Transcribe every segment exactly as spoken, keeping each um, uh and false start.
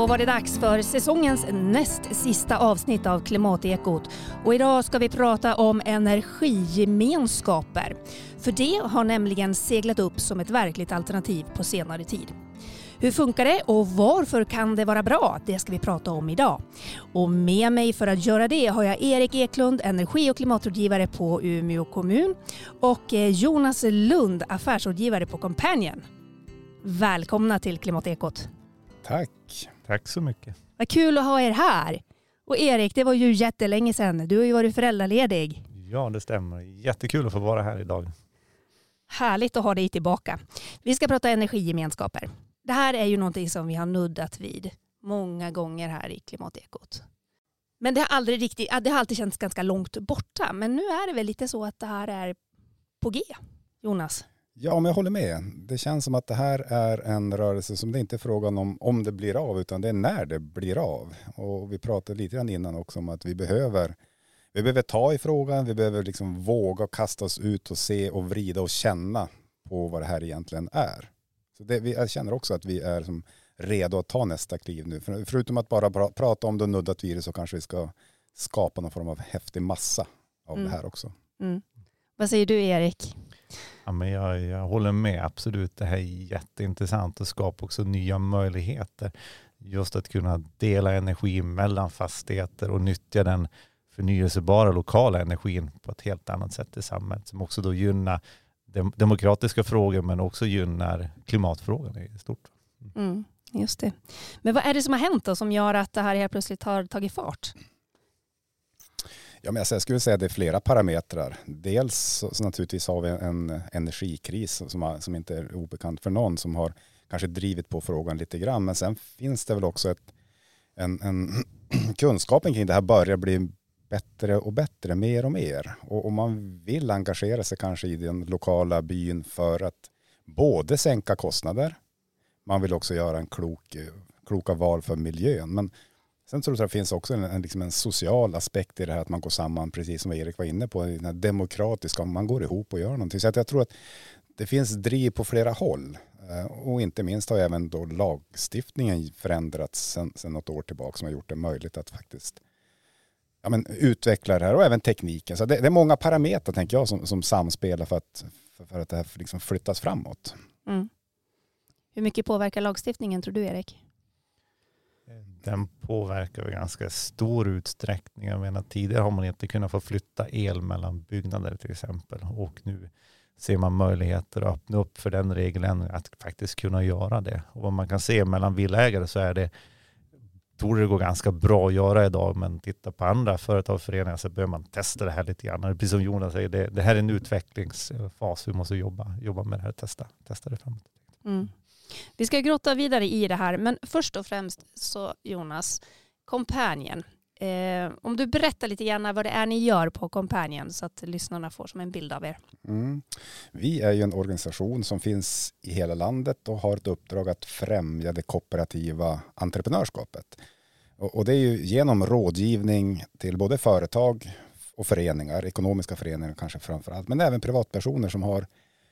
Då var det dags för säsongens näst sista avsnitt av Klimatekot. Och idag ska vi prata om energigemenskaper. För det har nämligen seglat upp som ett verkligt alternativ på senare tid. Hur funkar det och varför kan det vara bra? Det ska vi prata om idag. Och med mig för att göra det har jag Erik Eklund, energi- och klimatrådgivare på Umeå kommun, och Jonas Lund, affärsrådgivare på Companion. Välkomna till Klimatekot. Tack. Tack så mycket. Vad kul att ha er här. Och Erik, det var ju jättelänge sedan. Du har ju varit föräldraledig. Ja, det stämmer. Jättekul att få vara här idag. Härligt att ha dig tillbaka. Vi ska prata energigemenskaper. Det här är ju någonting som vi har nuddat vid många gånger här i Klimatekot. Men det har aldrig riktigt, det har alltid känts ganska långt borta. Men nu är det väl lite så att det här är på G, Jonas? Ja, men jag håller med. Det känns som att det här är en rörelse som det inte är frågan om om det blir av, utan det är när det blir av. Och vi pratade lite grann innan också om att vi behöver, vi behöver ta i frågan, vi behöver liksom våga kasta oss ut och se och vrida och känna på vad det här egentligen är. Så det, vi, jag känner också att vi är som redo att ta nästa kliv nu. För, förutom att bara pra, prata om det nuddat virus, så kanske vi ska skapa någon form av häftig massa av mm. det här också. Mm. Vad säger du, Erik? Ja, men jag, jag håller med, absolut. Det här är jätteintressant och skapar också nya möjligheter. Just att kunna dela energi mellan fastigheter och nyttja den förnyelsebara lokala energin på ett helt annat sätt i samhället. Som också då gynnar dem, demokratiska frågor, men också gynnar klimatfrågan i stort. Mm, just det. Men vad är det som har hänt då som gör att det här helt plötsligt har tagit fart? Ja, men alltså jag skulle säga att det är flera parametrar. Dels så, så naturligtvis har vi en energikris som, har, som inte är obekant för någon, som har kanske drivit på frågan lite grann. Men sen finns det väl också ett, en, en kunskapen kring det här börjar bli bättre och bättre, mer och mer. Och om man vill engagera sig kanske i den lokala byn för att både sänka kostnader, man vill också göra en klok, kloka val för miljön. Men sen tror jag att det finns också en, en, liksom en social aspekt i det här, att man går samman, precis som Erik var inne på, den här demokratiska, man går ihop och gör någonting. Så att jag tror att det finns driv på flera håll. Och inte minst har även då lagstiftningen förändrats sen, sen något år tillbaka, som har gjort det möjligt att faktiskt ja, men, utveckla det här, och även tekniken. Så det, det är många parametrar, tänker jag, som, som samspelar för att, för, för att det här liksom flyttas framåt. Mm. Hur mycket påverkar lagstiftningen, tror du, Erik? Den påverkar i ganska stor utsträckning. Jag menar, tidigare har man inte kunnat få flytta el mellan byggnader till exempel. Och nu ser man möjligheter att öppna upp för den regeln att faktiskt kunna göra det. Och vad man kan se mellan villaägare, så är det, tror det går ganska bra att göra idag. Men titta på andra företagsföreningar, så bör man testa det här lite grann. Precis som Jonas säger, det, det här är en utvecklingsfas. Vi måste jobba, jobba med det här, testa, testa det framåt. Mm. Vi ska grotta vidare i det här, men först och främst så, Jonas, Companion. Eh, om du berättar lite grann vad det är ni gör på Companion, så att lyssnarna får som en bild av er. Mm. Vi är ju en organisation som finns i hela landet och har ett uppdrag att främja det kooperativa entreprenörskapet. Och, och det är ju genom rådgivning till både företag och föreningar, ekonomiska föreningar kanske framförallt, men även privatpersoner som har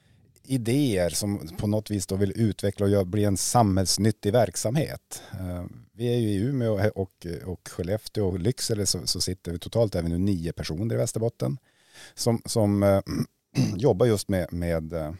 idéer som på något vis då vill utveckla och bli en samhällsnyttig verksamhet. Vi är ju i Umeå och, och Skellefteå och Lycksele, så, så sitter vi totalt även nu nio personer i Västerbotten som, som äh, jobbar just med, med äh,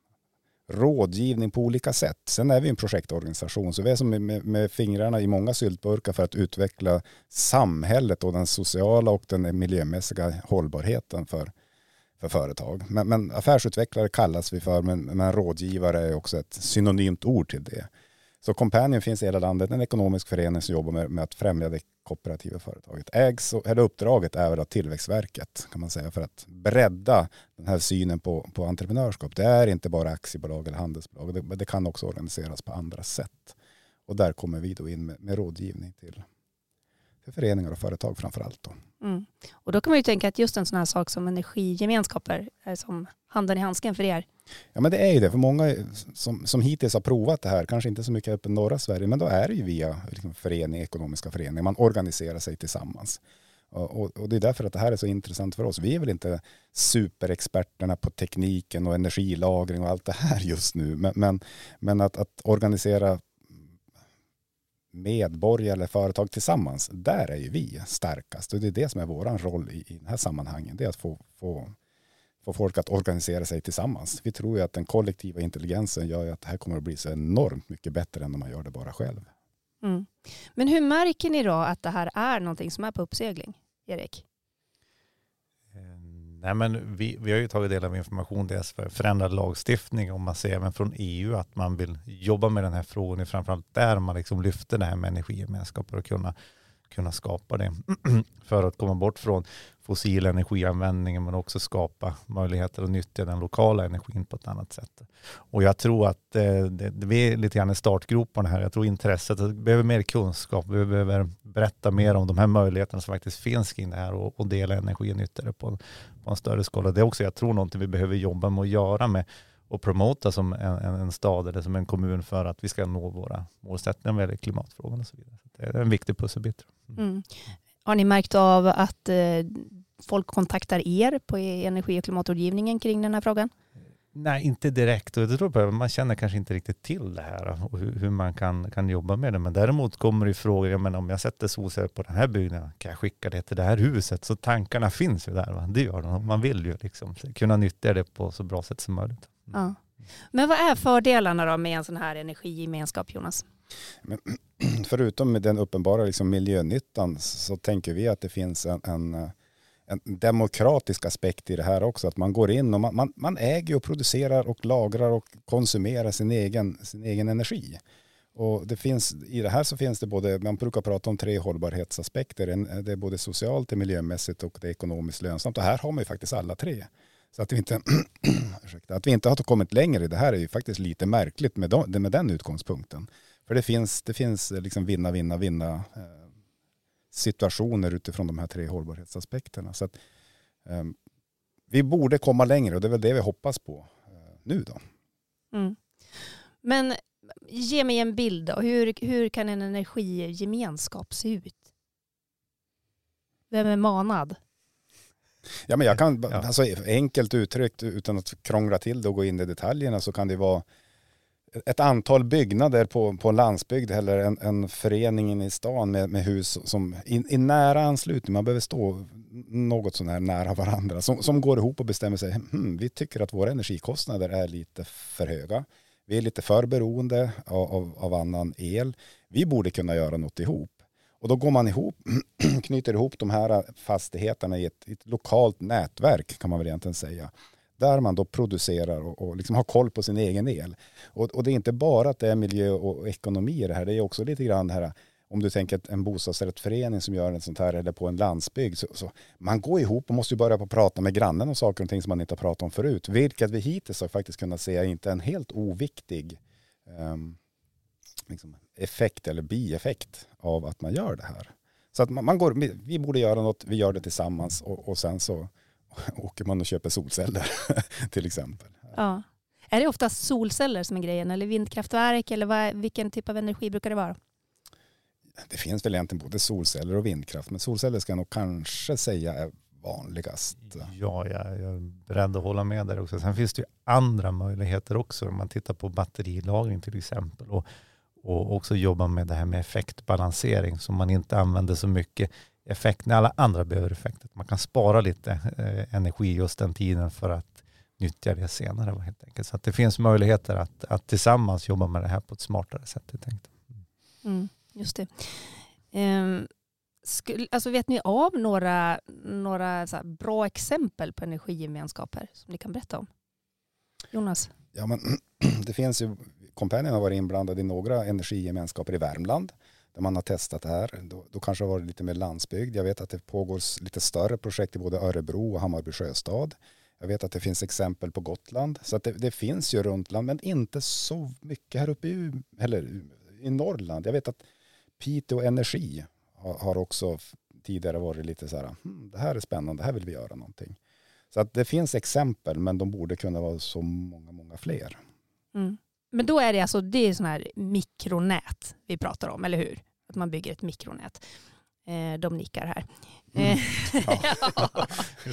rådgivning på olika sätt. Sen är vi en projektorganisation, så vi är som med, med fingrarna i många syltburkar för att utveckla samhället och den sociala och den miljömässiga hållbarheten för för företag. Men, men affärsutvecklare kallas vi för, men, men rådgivare är också ett synonymt ord till det. Så Companion finns i hela landet, en ekonomisk förening som jobbar med, med att främja det kooperativa företaget. Ägs, eller uppdraget är väl av Tillväxtverket, kan man säga, för att bredda den här synen på, på entreprenörskap. Det är inte bara aktiebolag eller handelsbolag, det, det kan också organiseras på andra sätt. Och där kommer vi då in med, med rådgivning till för föreningar och företag framförallt då. Mm. Och då kan man ju tänka att just en sån här sak som energigemenskaper är som handen i handsken för er. Ja, men det är ju det. För många som, som hittills har provat det här, kanske inte så mycket uppe i norra Sverige, men då är det ju via liksom, förening, ekonomiska föreningar. Man organiserar sig tillsammans. Och, och, och det är därför att det här är så intressant för oss. Vi är väl inte superexperterna på tekniken och energilagring och allt det här just nu. Men, men, men att, att organisera medborgare eller företag tillsammans, där är ju vi starkast. Och det är det som är vår roll i, i den här sammanhangen. Det är att få, få, få folk att organisera sig tillsammans. Vi tror ju att den kollektiva intelligensen gör att det här kommer att bli så enormt mycket bättre än om man gör det bara själv. Mm. Men hur märker ni då att det här är någonting som är på uppsegling, Erik? Nej, men vi, vi har ju tagit del av information dels för förändrad lagstiftning, om man ser även från E U att man vill jobba med den här frågan, framförallt där man liksom lyfter det här med energigemenskaper och kunna, kunna skapa det för att komma bort från fossil energianvändning, men också skapa möjligheter att nyttja den lokala energin på ett annat sätt. Och jag tror att eh, det, vi är lite grann i startgroparna här. Jag tror intresset, att vi behöver mer kunskap, vi behöver berätta mer om de här möjligheterna som faktiskt finns kring det här och, och dela energi och nyttja det på, på en större skala. Det är också, jag tror, någonting vi behöver jobba med att göra med och promota som en, en, en stad eller som en kommun för att vi ska nå våra målsättningar med klimatfrågan och så vidare. Så det är en viktig pusselbit. Mm. Mm. Har ni märkt av att eh, folk kontaktar er på energi- och klimatrådgivningen kring den här frågan? Nej, inte direkt. Och jag tror att man känner kanske inte riktigt till det här och hur, hur man kan, kan jobba med det. Men däremot kommer det frågor, jag menar, om jag sätter solceller på den här byggnaden, kan jag skicka det till det här huset? Så tankarna finns ju där. Va? Det gör de. Man vill ju liksom kunna nyttja det på så bra sätt som möjligt. Mm. Ja. Men vad är fördelarna då med en sån här energigemenskap, Jonas? Men, förutom med den uppenbara liksom miljönyttan så tänker vi att det finns en, en, en demokratisk aspekt i det här också. Att man går in och man, man, man äger och producerar och lagrar och konsumerar sin egen, sin egen energi. Och det finns, i det här så finns det både, man brukar prata om tre hållbarhetsaspekter. Det är både socialt, det är miljömässigt och det är ekonomiskt lönsamt. Och här har man ju faktiskt alla tre. Så att vi inte, att vi inte har kommit längre i det här är ju faktiskt lite märkligt med, de, med den utgångspunkten. För det finns, det finns liksom vinna, vinna, vinna eh, situationer utifrån de här tre hållbarhetsaspekterna. Så att, eh, vi borde komma längre och det är väl det vi hoppas på eh, nu då. Mm. Men ge mig en bild då. Hur, hur kan en energigemenskap se ut? Vem är manad? Ja, men jag kan, ja. alltså, enkelt uttryckt utan att krångla till det och gå in i detaljerna, så kan det vara ett antal byggnader på, på landsbygd eller en, en förening i stan med, med hus som i, i nära anslutning, man behöver stå något sån här nära varandra, som, som går ihop och bestämmer sig, hm, vi tycker att våra energikostnader är lite för höga. Vi är lite för beroende av, av, av annan el. Vi borde kunna göra något ihop. Och då går man ihop, knyter ihop de här fastigheterna i ett, ett lokalt nätverk, kan man väl egentligen säga. Där man då producerar och, och liksom har koll på sin egen el. Och, och det är inte bara att det är miljö och ekonomi i det här. Det är också lite grann det här, om du tänker en bostadsrättsförening som gör ett sånt här eller på en landsbygd. Så, så man går ihop och måste ju börja på att prata med grannen om saker och ting som man inte har pratat om förut. Vilket vi hittills har faktiskt kunnat se är inte en helt oviktig um, liksom effekt eller bieffekt av att man gör det här. Så att man, man går, vi borde göra något, vi gör det tillsammans och, och sen så åker man och köper solceller till exempel. Ja. Är det ofta solceller som är grejen eller vindkraftverk eller vad, vilken typ av energi brukar det vara? Det finns väl egentligen både solceller och vindkraft, men solceller ska jag nog kanske säga är vanligast. Ja, jag är beredd att hålla med där också. Sen finns det ju andra möjligheter också. Om man tittar på batterilagring till exempel och, och också jobba med det här med effektbalansering så man inte använder så mycket effekt när alla andra behöver effekt. Man kan spara lite eh, energi just den tiden för att nyttja det senare helt enkelt. Så att det finns möjligheter att, att tillsammans jobba med det här på ett smartare sätt helt enkelt. Mm, just det. Um, skulle, alltså vet ni av några, några så här bra exempel på energigemenskaper som ni kan berätta om? Jonas? Ja, men det finns ju, Companion har varit inblandad i några energigemenskaper i Värmland där man har testat det här. Då, då kanske det har varit lite mer landsbygd. Jag vet att det pågår lite större projekt i både Örebro och Hammarby sjöstad. Jag vet att det finns exempel på Gotland. Så att det, det finns ju runt land, men inte så mycket här uppe i, eller i Norrland. Jag vet att Piteå Energi har, har också tidigare varit lite så här, hm, det här är spännande, här vill vi göra någonting. Så att det finns exempel, men de borde kunna vara så många, många fler. Mm. Men då är det alltså, det är sån här mikronät vi pratar om, eller hur? Att man bygger ett mikronät. Eh, de nickar här. Mm. Ja. Ja.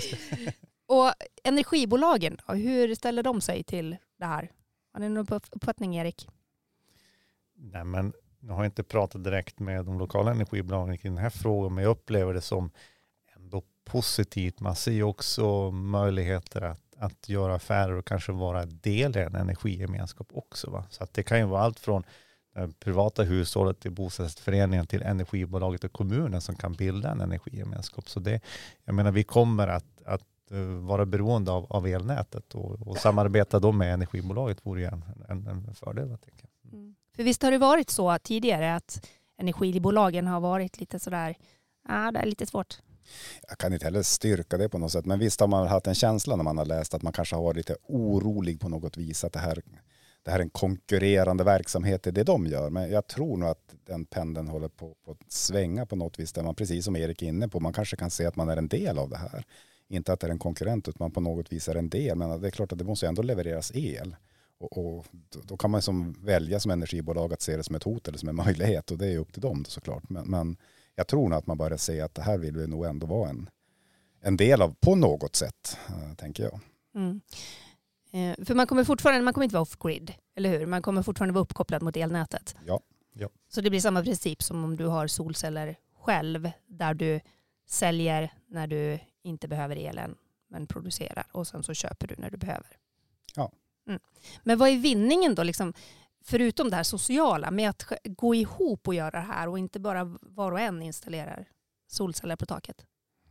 Och energibolagen då, hur ställer de sig till det här? Har ni någon uppfattning, Erik? Nej, men Nu har jag inte pratat direkt med de lokala energibolagen kring den här frågan, men jag upplever det som ändå positivt. Man ser ju också möjligheter att, att göra affärer och kanske vara del i en energigemenskap också. Va? Så att det kan ju vara allt från privata hushållet till bostadsföreningen till energibolaget och kommunen som kan bilda en energigemenskap. Så det, jag menar, vi kommer att, att vara beroende av, av elnätet och, och samarbeta då med energibolaget vore en, en, en fördel. Jag tänker. Mm. För visst har det varit så tidigare att energibolagen har varit lite sådär, ja det är lite svårt. Jag kan inte heller styrka det på något sätt, men visst har man haft en känsla när man har läst att man kanske har varit lite orolig på något vis att det här, det här är en konkurrerande verksamhet i det de gör. Men jag tror nog att den pendeln håller på, på att svänga på något vis där man, precis som Erik är inne på, man kanske kan se att man är en del av det här. Inte att det är en konkurrent utan man på något vis är en del, men det är klart att det måste ändå levereras el. Och, och då kan man som välja som energibolag att se det som ett hot eller som en möjlighet och det är upp till dem såklart. Men, men jag tror nog att man börjar se att det här vill vi nog ändå vara en, en del av på något sätt, äh, tänker jag. Mm. Eh, för man kommer fortfarande, man kommer inte vara off-grid, eller hur? Man kommer fortfarande vara uppkopplad mot elnätet. Ja. ja. Så det blir samma princip som om du har solceller själv, där du säljer när du inte behöver elen men producerar och sen så köper du när du behöver. Ja. Mm. Men vad är vinningen då, liksom, förutom det här sociala, med att gå ihop och göra det här och inte bara var och en installerar solceller på taket?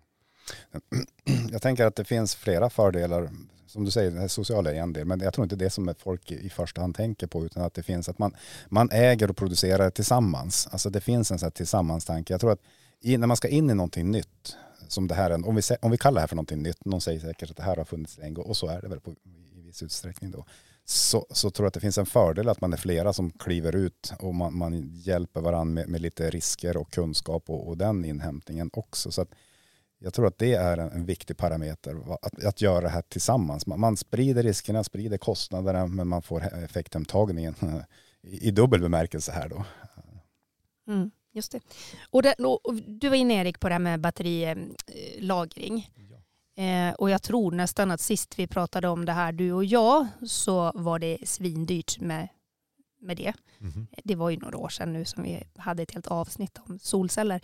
Jag tänker att det finns flera fördelar. Som du säger, det här sociala är en del, men jag tror inte det som folk i första hand tänker på, utan att det finns att man, man äger och producerar tillsammans. Alltså det finns en sån här tillsammanstanke. Jag tror att i, när man ska in i någonting nytt, som det här, om vi, om vi kallar det här för någonting nytt, någon säger säkert att det här har funnits en gång, och så är det väl på, i viss utsträckning då, så, så tror jag att det finns en fördel att man är flera som kliver ut och man, man hjälper varandra med, med lite risker och kunskap och, och den inhämtningen också. Så att jag tror att det är en, en viktig parameter, att, att göra det här tillsammans. Man, man sprider riskerna, sprider kostnaderna, men man får effekthemtagningen i, i dubbel bemärkelse här då. Mm, just det. Och, det, och du var inne, Erik, på det här med batterilagring. Ja. Eh, och jag tror nästan att sist vi pratade om det här, du och jag, så var det svindyrt med, med det. Mm-hmm. Det var ju några år sedan nu som vi hade ett helt avsnitt om solceller.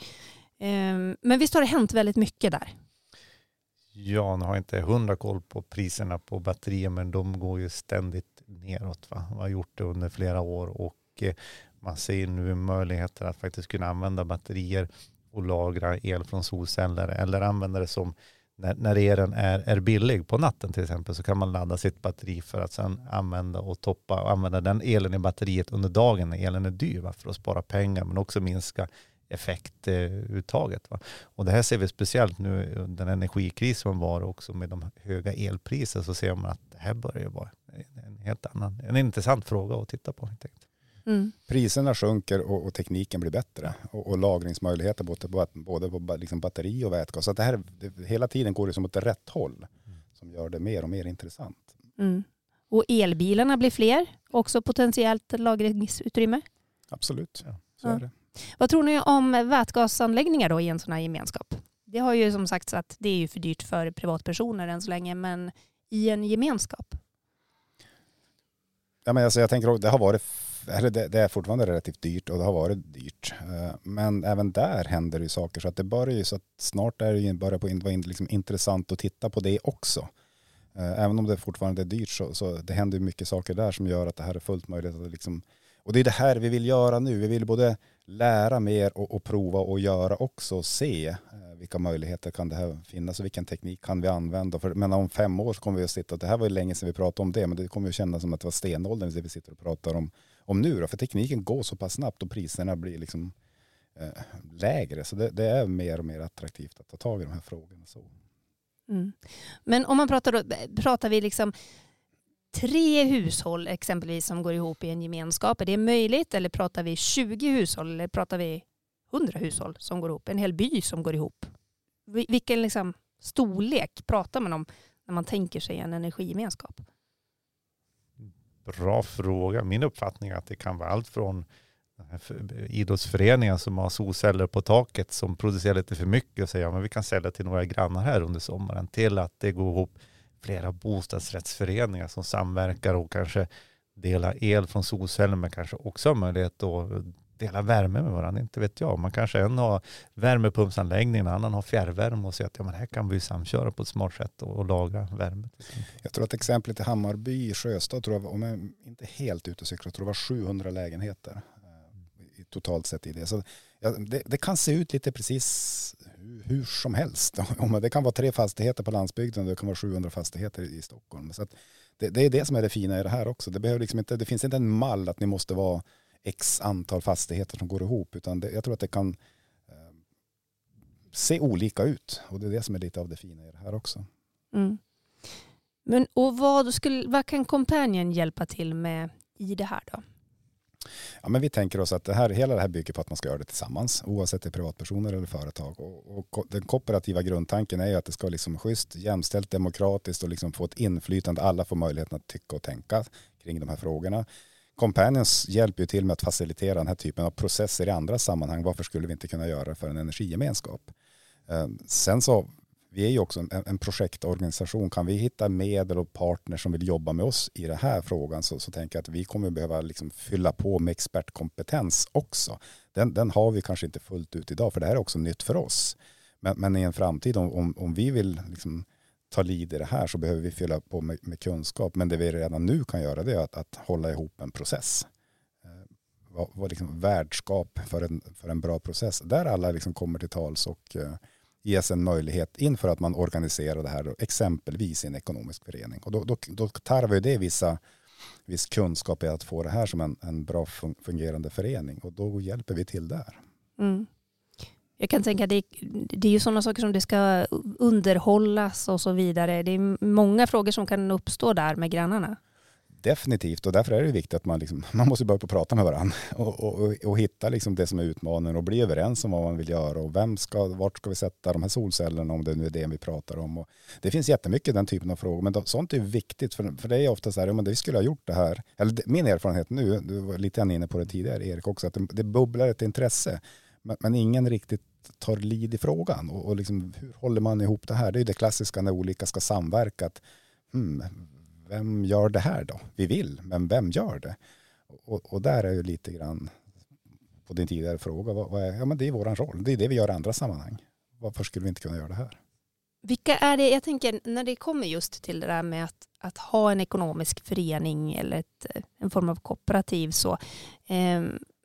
Men visst har det hänt väldigt mycket där? Ja, nu har jag inte hundra koll på priserna på batterier, men de går ju ständigt neråt. Va? Man har gjort det under flera år och man ser nu möjligheter att faktiskt kunna använda batterier och lagra el från solceller eller använda det som när, när elen är, är billig på natten till exempel, så kan man ladda sitt batteri för att sedan använda och toppa och använda den elen i batteriet under dagen när elen är dyr, va? För att spara pengar men också minska effektuttaget. Va? Och det här ser vi speciellt nu, den energikris som var också med de höga elpriser, så ser man att det här börjar ju vara en helt annan, en intressant fråga att titta på. Mm. Priserna sjunker och, och tekniken blir bättre och, och lagringsmöjligheter både, både på liksom batteri och vätgas. Så att det här det, hela tiden går det som åt rätt håll mm. som gör det mer och mer intressant. Mm. Och elbilarna blir fler, också potentiellt lagringsutrymme? Absolut, ja. så ja. är det. Vad tror ni om vätgasanläggningar då i en sån här gemenskap? Det har ju som sagt att det är ju för dyrt för privatpersoner än så länge, men i en gemenskap? Ja, men alltså jag tänker det har varit, eller det, det är fortfarande relativt dyrt och det har varit dyrt. Men även där händer det saker, så att det börjar ju så att snart är det ju bara på vara liksom intressant att titta på det också. Även om det fortfarande är dyrt så, så det händer mycket saker där som gör att det här är fullt möjligt att liksom. Och det är det här vi vill göra nu. Vi vill både lära mer och, och prova och göra också. Se eh, vilka möjligheter kan det här finnas och vilken teknik kan vi använda. För, men om fem år så kommer vi att sitta, det här var ju länge sedan vi pratade om det, men det kommer ju kännas som att det var stenåldern det vi sitter och pratar om, om nu. Då. För tekniken går så pass snabbt och priserna blir liksom eh, lägre. Så det, det är mer och mer attraktivt att ta tag i de här frågorna. Så. Mm. Men om man pratar då, pratar vi liksom tre hushåll exempelvis som går ihop i en gemenskap. Är det möjligt, eller pratar vi tjugo hushåll eller pratar vi hundra hushåll som går ihop? En hel by som går ihop? Vilken liksom storlek pratar man om när man tänker sig en energigemenskap? Bra fråga. Min uppfattning är att det kan vara allt från idrottsföreningar som har solceller på taket som producerar lite för mycket och säger ja, men vi kan sälja till några grannar här under sommaren, till att det går ihop flera bostadsrättsföreningar som samverkar och kanske delar el från solceller, men kanske också har möjlighet att dela värme med varandra, inte vet jag. Man kanske en har värmepumpsanläggning, en annan har fjärrvärme och säger att ja, men här kan vi samköra på ett smart sätt och, och lagra värme. Jag tror att exemplet i Hammarby i Sjöstad, tror jag, om jag inte helt ute och cyklar, tror det var sjuhundra lägenheter eh, totalt sett i det. Så ja, det, det kan se ut lite precis hur, hur som helst. Det kan vara tre fastigheter på landsbygden och det kan vara sjuhundra fastigheter i Stockholm. Så att det, det är det som är det fina i det här också. Det, behöver liksom inte, det finns inte en mall att ni måste vara x antal fastigheter som går ihop, utan det, jag tror att det kan eh, se olika ut, och det är det som är lite av det fina i det här också. Mm. Men och vad, skulle, vad kan Coompanion hjälpa till med i det här då? Ja, men vi tänker oss att det här, hela det här bygger på att man ska göra det tillsammans, oavsett det är privatpersoner eller företag. Och, och den kooperativa grundtanken är ju att det ska liksom schysst, jämställt, demokratiskt och liksom få ett inflytande. Alla får möjligheten att tycka och tänka kring de här frågorna. Companions hjälper ju till med att facilitera den här typen av processer i andra sammanhang. Varför skulle vi inte kunna göra det för en energigemenskap? Sen så, vi är ju också en, en projektorganisation. Kan vi hitta medel och partner som vill jobba med oss i den här frågan, så, så tänker jag att vi kommer behöva liksom fylla på med expertkompetens också. Den, den har vi kanske inte fullt ut idag, för det här är också nytt för oss. Men, men i en framtid, om, om, om vi vill liksom ta lid i det här, så behöver vi fylla på med, med kunskap. Men det vi redan nu kan göra, det är att, att hålla ihop en process. Eh, vad, vad liksom värdskap för en, för en bra process. Där alla liksom kommer till tals och eh, ges en möjlighet inför att man organiserar det här, då, exempelvis i en ekonomisk förening. Och då, då, då tarvar ju det vissa, viss kunskap i att få det här som en, en bra fungerande förening. Och då hjälper vi till där. Mm. Jag kan tänka att det, det är ju sådana saker som det ska underhållas och så vidare. Det är många frågor som kan uppstå där med grannarna. Definitivt, och därför är det viktigt att man, liksom, man måste börja på prata med varandra och, och, och hitta liksom det som är utmaningen och bli överens om vad man vill göra och vem ska, vart ska vi sätta de här solcellerna, om det nu är det vi pratar om. Och det finns jättemycket den typen av frågor, men då, sånt är viktigt, för, för det är ofta så här, ja, men vi skulle ha gjort det här, eller det, min erfarenhet nu, du var lite inne på det tidigare Erik också, att det, det bubblar ett intresse, men, men ingen riktigt tar lid i frågan och, och liksom, hur håller man ihop det här? Det är ju det klassiska när olika ska samverka, att hmm, vem gör det här då? Vi vill, men vem gör det? Och, och där är ju lite grann på din tidigare fråga, vad, vad är, ja, men det är vår roll. Det är det vi gör i andra sammanhang. Varför skulle vi inte kunna göra det här? Vilka är det, jag tänker, när det kommer just till det där med att, att ha en ekonomisk förening eller ett, en form av kooperativ, så eh,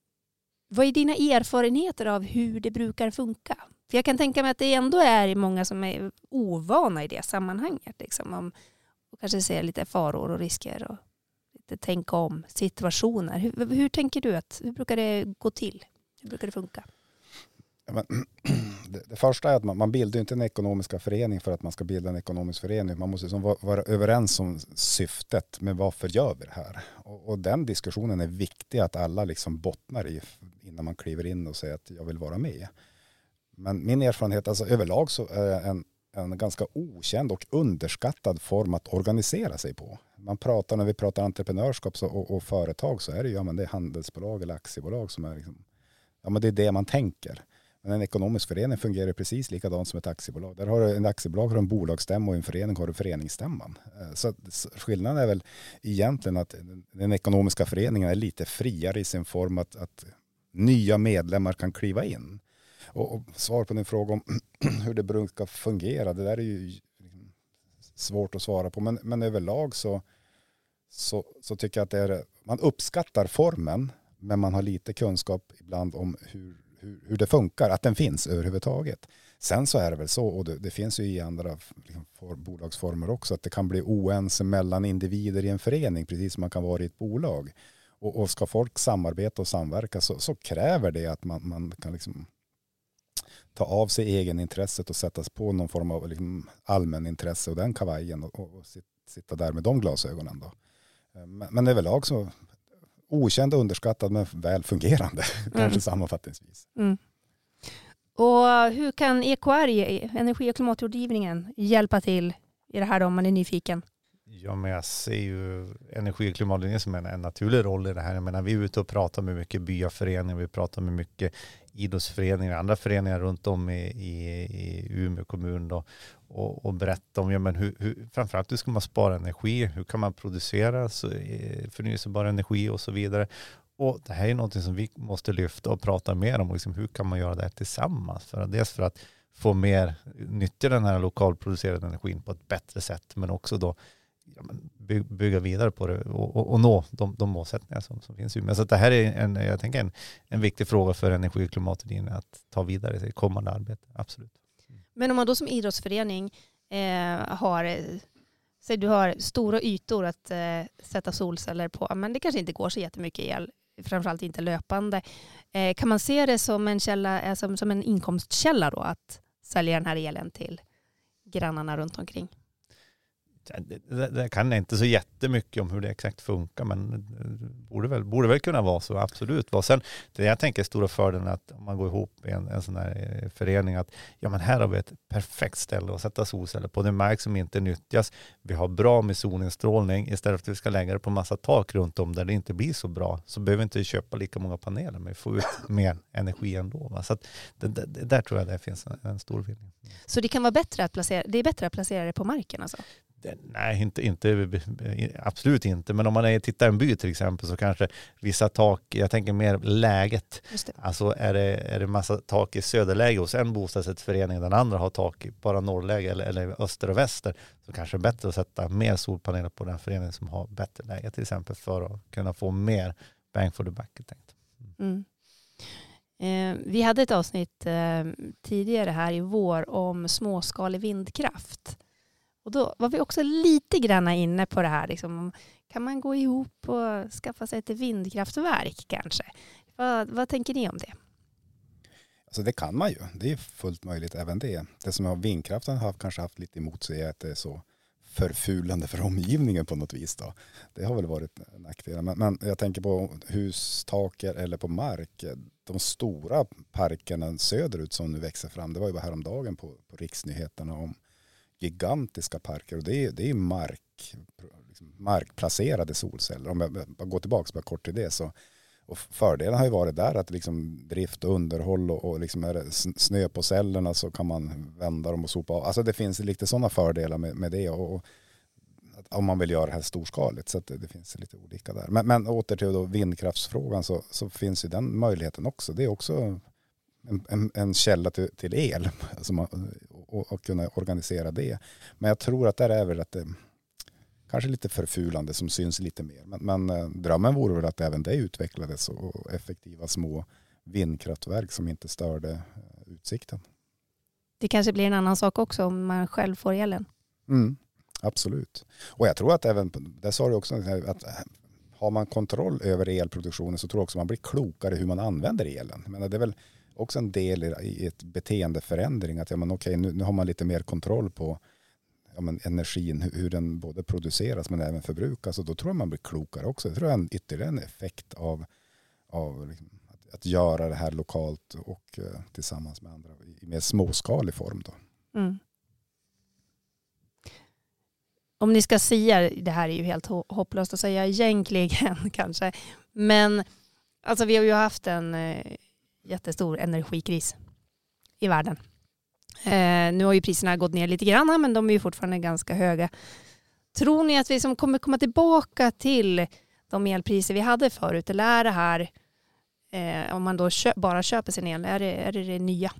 vad är dina erfarenheter av hur det brukar funka? För jag kan tänka mig att det ändå är många som är ovana i det sammanhanget, liksom, om och kanske se lite faror och risker och lite tänka om situationer. Hur, hur tänker du att, hur brukar det gå till? Hur brukar det funka? Ja, men, det, det första är att man, man bildar inte en ekonomiska förening för att man ska bilda en ekonomisk förening. Man måste liksom vara, vara överens om syftet med varför gör vi det här. Och, och den diskussionen är viktig att alla liksom bottnar i innan man kliver in och säger att jag vill vara med. Men min erfarenhet, alltså överlag så är en en ganska okänd och underskattad form att organisera sig på. Man pratar, när vi pratar entreprenörskap så, och, och företag, så är det ju ja, men det är handelsbolag eller aktiebolag som är liksom, ja, men det är det man tänker. Men en ekonomisk förening fungerar precis likadant som ett aktiebolag. Där har du en aktiebolag har en bolagsstämma och en förening har du föreningsstämman. Så, så skillnaden är väl egentligen att den ekonomiska föreningen är lite friare i sin form att, att nya medlemmar kan kliva in. Och, och svar på din fråga om hur det brukar fungera, det där är ju svårt att svara på. Men, men överlag så, så, så tycker jag att det är, man uppskattar formen, men man har lite kunskap ibland om hur, hur, hur det funkar, att den finns överhuvudtaget. Sen så är det väl så, och det, det finns ju i andra liksom, för, bolagsformer också, att det kan bli oense mellan individer i en förening, precis som man kan vara i ett bolag. Och, och ska folk samarbeta och samverka så, så kräver det att man, man kan liksom ta av sig egenintresset och sättas på någon form av liksom allmänintresse och den kavajen och, och sitta där med de glasögonen då. Men, men överlag så okänd och underskattad men väl fungerande, mm. kanske sammanfattningsvis. Mm. Och hur kan E K R, energi- och klimatrådgivningen, hjälpa till i det här då, om man är nyfiken? Ja, men jag ser ju energi- och klimatrådgivningen som en, en naturlig roll i det här. Jag menar, vi är ute och pratar med mycket byaföreningar, vi pratar med mycket idrottsföreningar, andra föreningar runt om i, i, i Umeå kommun då, och, och berätta om ja, men hur, hur, framförallt hur ska man spara energi, hur kan man producera så, förnyelsebar energi och så vidare. Och det här är något som vi måste lyfta och prata mer om. Liksom, hur kan man göra det här tillsammans? För att, dels för att få mer nyttja den här lokalproducerade energin på ett bättre sätt. Men också då ja, men by, bygga vidare på det och, och, och nå de, de målsättningar som, som finns. Men så att det här är en, jag tänker en, en viktig fråga för energi- och klimatrådgivningen att ta vidare i det kommande arbete. Absolut. Men om man då som idrottsförening eh, har, säg du har stora ytor att eh, sätta solceller på, men det kanske inte går så jättemycket el, framförallt inte löpande. Eh, kan man se det som en källa, eh, som, som en inkomstkälla då, att sälja den här elen till grannarna runt omkring? Det, det, det kan jag inte så jättemycket om hur det exakt funkar, men det borde väl, borde väl kunna vara så, absolut. Och sen, det jag tänker är stora fördelen att om man går ihop i en, en sån här förening att ja, men här har vi ett perfekt ställe att sätta solceller på. Det är mark som inte nyttjas. Vi har bra med solinstrålning. Istället för att vi ska lägga det på massa tak runt om där det inte blir så bra, så behöver vi inte köpa lika många paneler, men vi får ut mer energi ändå. Va? Så att det, det, där tror jag det finns en, en stor vinning. Så det kan vara bättre att placera, det är bättre att placera det på marken alltså? Det, nej, inte, inte, absolut inte. Men om man är, tittar i en by till exempel så kanske vissa tak, jag tänker mer läget. Alltså är det, är det massa tak i söderläge hos en bostadsrättsförening och den andra har tak i bara norrläge eller, eller öster och väster, så kanske det är bättre att sätta mer solpaneler på den föreningen som har bättre läge till exempel för att kunna få mer bang for the buck. Tänkt. Mm. Eh, vi hade ett avsnitt eh, tidigare här i vår om småskalig vindkraft. Och då var vi också lite grann inne på det här. Liksom, kan man gå ihop och skaffa sig ett vindkraftverk kanske? Vad, vad tänker ni om det? Alltså det kan man ju. Det är fullt möjligt även det. Det som har vindkraften har kanske haft lite emot sig är att det är så förfulande för omgivningen på något vis. Då. Det har väl varit nackdelar. Men, men jag tänker på hustaker eller på mark. De stora parkerna söderut som nu växer fram. Det var ju bara häromdagen på, på riksnyheterna om gigantiska parker, och det är, det är mark, liksom markplacerade solceller. Om jag bara går tillbaka bara kort till det, så och fördelen har ju varit där att liksom drift och underhåll och, och liksom är det snö på cellerna så kan man vända dem och sopa av. Alltså det finns lite sådana fördelar med, med det och, och om man vill göra det här storskaligt, så att det, det finns lite olika där. Men, men åter till då vindkraftsfrågan, så, så finns ju den möjligheten också. Det är också en, en, en källa till, till el alltså man, och, och kunna organisera det. Men jag tror att där är väl att det kanske lite förfulande som syns lite mer. Men, men drömmen vore väl att även det utvecklades och effektiva små vindkraftverk som inte störde utsikten. Det kanske blir en annan sak också om man själv får elen. Mm, absolut. Och jag tror att även, där sa du också att har man kontroll över elproduktionen så tror jag också man blir klokare hur man använder elen. Men det är väl också en del i ett beteendeförändring att ja, men okej, nu, nu har man lite mer kontroll på ja, men energin, hur, hur den både produceras men även förbrukas, och då tror jag man blir klokare också. Det tror jag är en ytterligare en effekt av, av liksom, att, att göra det här lokalt och uh, tillsammans med andra i mer småskalig form då. Mm. Om ni ska säga, det här är ju helt hopplöst att säga egentligen kanske, men alltså vi har ju haft en eh, jättestor energikris i världen. Eh, nu har ju priserna gått ner lite grann, men de är ju fortfarande ganska höga. Tror ni att vi som kommer komma tillbaka till de elpriser vi hade förut, eller är det här eh, om man då köp, bara köper sin el, är det, är det det nya?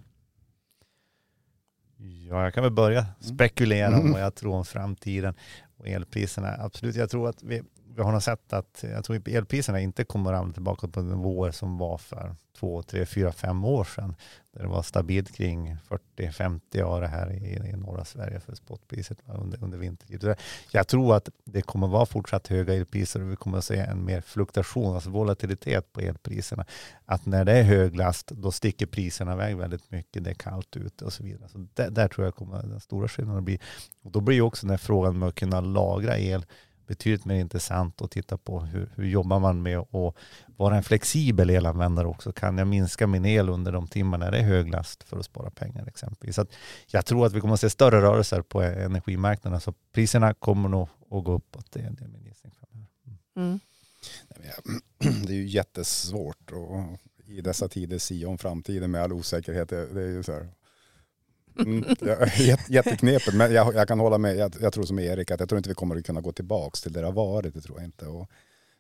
Ja, jag kan väl börja spekulera om vad jag tror om framtiden och elpriserna. Absolut, jag tror att vi, vi har nog sett att jag tror att elpriserna inte kommer att ramla tillbaka på nivåer som var för två, tre, fyra, fem år sedan. Där det var stabilt kring fyrtio till femtio öre här i, i norra Sverige för spotpriset under, under vintertid. Jag tror att det kommer att vara fortsatt höga elpriser och vi kommer att se en mer fluktuation, alltså volatilitet på elpriserna. Att när det är höglast, då sticker priserna iväg väldigt mycket, det är kallt ute och så vidare. Så där, där tror jag kommer den stora skillnaden att bli. Och då blir också den här frågan med att kunna lagra el betydligt mer intressant att titta på hur, hur jobbar man med att vara en flexibel elanvändare också. Kan jag minska min el under de timmar när det är höglast för att spara pengar exempelvis. Så att jag tror att vi kommer att se större rörelser på energimarknaden, så priserna kommer nog att gå uppåt. Det, det är min gissning framöver. Mm. Mm. Det är ju jättesvårt och i dessa tider sia om framtiden med all osäkerhet. Det, det är ju så här. Mm, jätteknepigt, men jag, jag kan hålla med. Jag, jag tror som Erik att jag tror inte vi kommer att kunna gå tillbaka till det det har varit, det tror jag inte. Och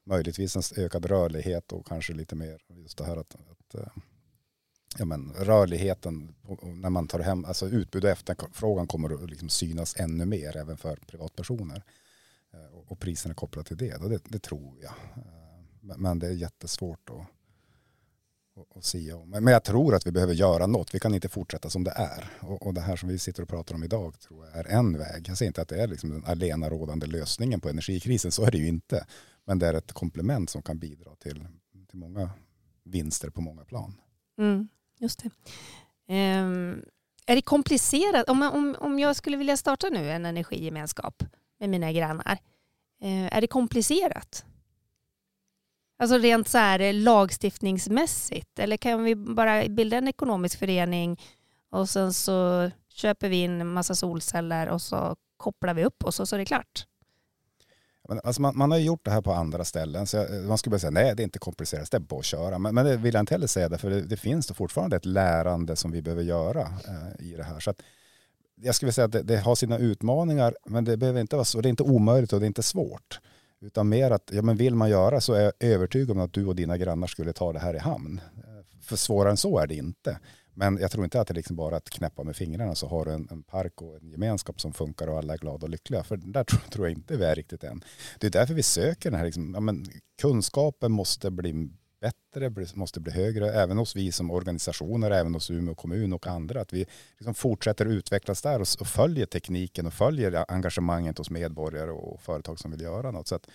möjligtvis en ökad rörlighet och kanske lite mer just det här att, att ja, men, rörligheten när man tar hem, alltså utbud och efterfrågan kommer att liksom synas ännu mer även för privatpersoner. Och priserna kopplat till det, det, det tror jag. Men det är jättesvårt att, att, att se om. Men jag tror att vi behöver göra något. Vi kan inte fortsätta som det är. Och, och det här som vi sitter och pratar om idag tror jag är en väg. Jag säger inte att det är liksom den allenarådande lösningen på energikrisen, så är det ju inte. Men det är ett komplement som kan bidra till, till många vinster på många plan. Mm, just det. Um, är det komplicerat? Om, om, om jag skulle vilja starta nu en energigemenskap med mina grannar, uh, är det komplicerat? Alltså rent så här lagstiftningsmässigt? Eller kan vi bara bilda en ekonomisk förening och sen så köper vi in en massa solceller och så kopplar vi upp och så, så är det klart? Alltså man, man har gjort det här på andra ställen, så jag, man skulle bara säga nej, det är inte komplicerat, det är bara att köra. Men, men det vill jag inte heller säga, för det, det finns då fortfarande ett lärande som vi behöver göra eh, i det här. Så att, jag skulle säga att det, det har sina utmaningar, men det behöver inte vara så, det är inte omöjligt och det är inte svårt. Utan mer att, ja men vill man göra så är jag övertygad om att du och dina grannar skulle ta det här i hamn. För svårare än så är det inte. Men jag tror inte att det liksom bara är att knäppa med fingrarna så har du en, en park och en gemenskap som funkar och alla är glada och lyckliga. För där tror, tror jag inte vi är riktigt än. Det är därför vi söker den här, liksom, ja men kunskapen måste bli bättre, måste bli högre. Även hos vi som organisationer, även hos Umeå kommun och andra. Att vi liksom fortsätter utvecklas där och, och följer tekniken och följer engagemanget hos medborgare och företag som vill göra något. Så att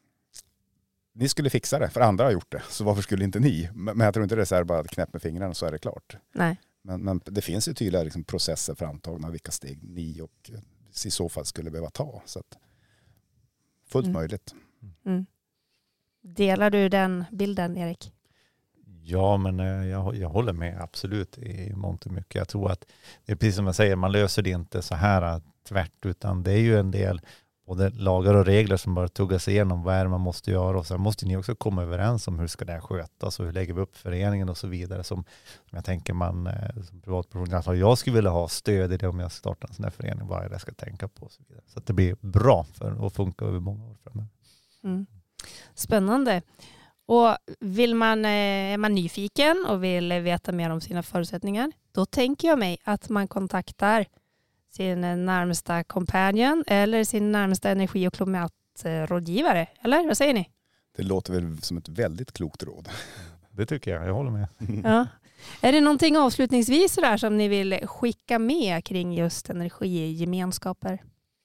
ni skulle fixa det, för andra har gjort det. Så varför skulle inte ni? Men jag tror inte det är så här bara att knäppa med fingrarna så är det klart. Nej. Men, men det finns ju tydliga liksom processer framtagna vilka steg ni och i så fall skulle behöva ta. Så att fullt mm. möjligt. Mm. Delar du den bilden, Erik? Ja, men jag, jag håller med absolut i mångt och mycket. Jag tror att det är precis som jag säger, man löser det inte så här tvärt, utan det är ju en del både lagar och regler som bara tuggas igenom vad är det man måste göra, och sen måste ni också komma överens om hur ska det här skötas och hur lägger vi upp föreningen och så vidare, som, som jag tänker man som privatperson, alltså jag skulle vilja ha stöd i det om jag startar en sån här förening, vad är det jag ska tänka på och så vidare, så att det blir bra för att funka över många år framöver. Mm. Spännande. Och vill man, är man nyfiken och vill veta mer om sina förutsättningar, då tänker jag mig att man kontaktar sin närmsta companion eller sin närmsta energi- och klimatrådgivare. Eller vad säger ni? Det låter väl som ett väldigt klokt råd. Det tycker jag, jag håller med. Ja. Är det någonting avslutningsvis där som ni vill skicka med kring just energigemenskaper?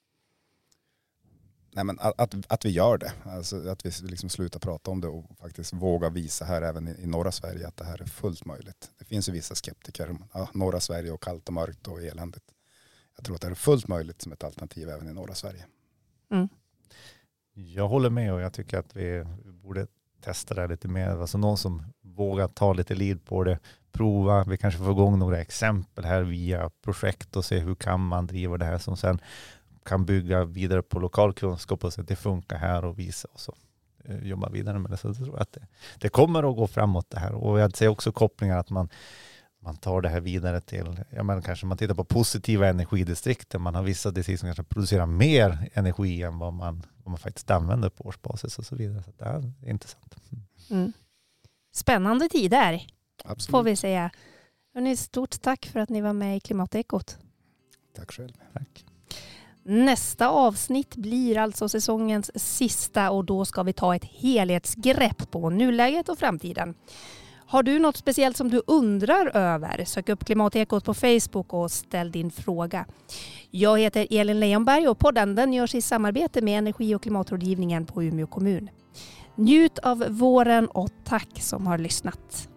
Nej, men att, att, att vi gör det. Alltså att vi liksom slutar prata om det och faktiskt våga visa här även i, i norra Sverige att det här är fullt möjligt. Det finns ju vissa skeptiker. Ja, norra Sverige och kallt och mörkt och eländigt. Jag tror att det är fullt möjligt som ett alternativ även i norra Sverige. Mm. Jag håller med och jag tycker att vi borde testa det lite mer. Alltså någon som vågar ta lite lead på det. Prova, vi kanske får igång några exempel här via projekt och se hur kan man driva det här som sen kan bygga vidare på lokal kunskap och se att det funkar här och visa och så eh, jobba vidare med det. Så jag tror att det, det kommer att gå framåt det här. Och jag ser också kopplingar att man Man tar det här vidare till, ja men kanske man tittar på positiva energidistrikt. Man har vissa distrikt som kanske producerar mer energi än vad man, vad man faktiskt använder på årsbasis och så vidare. Så det är intressant. Mm. Spännande tider. Absolut. Får vi säga. Hörrni, stort tack för att ni var med i Klimatekot. Tack själv. Tack. Nästa avsnitt blir alltså säsongens sista och då ska vi ta ett helhetsgrepp på nuläget och framtiden. Har du något speciellt som du undrar över? Sök upp Klimatekot på Facebook och ställ din fråga. Jag heter Elin Leonberg och podden den görs i samarbete med Energi- och klimatrådgivningen på Umeå kommun. Njut av våren och tack som har lyssnat.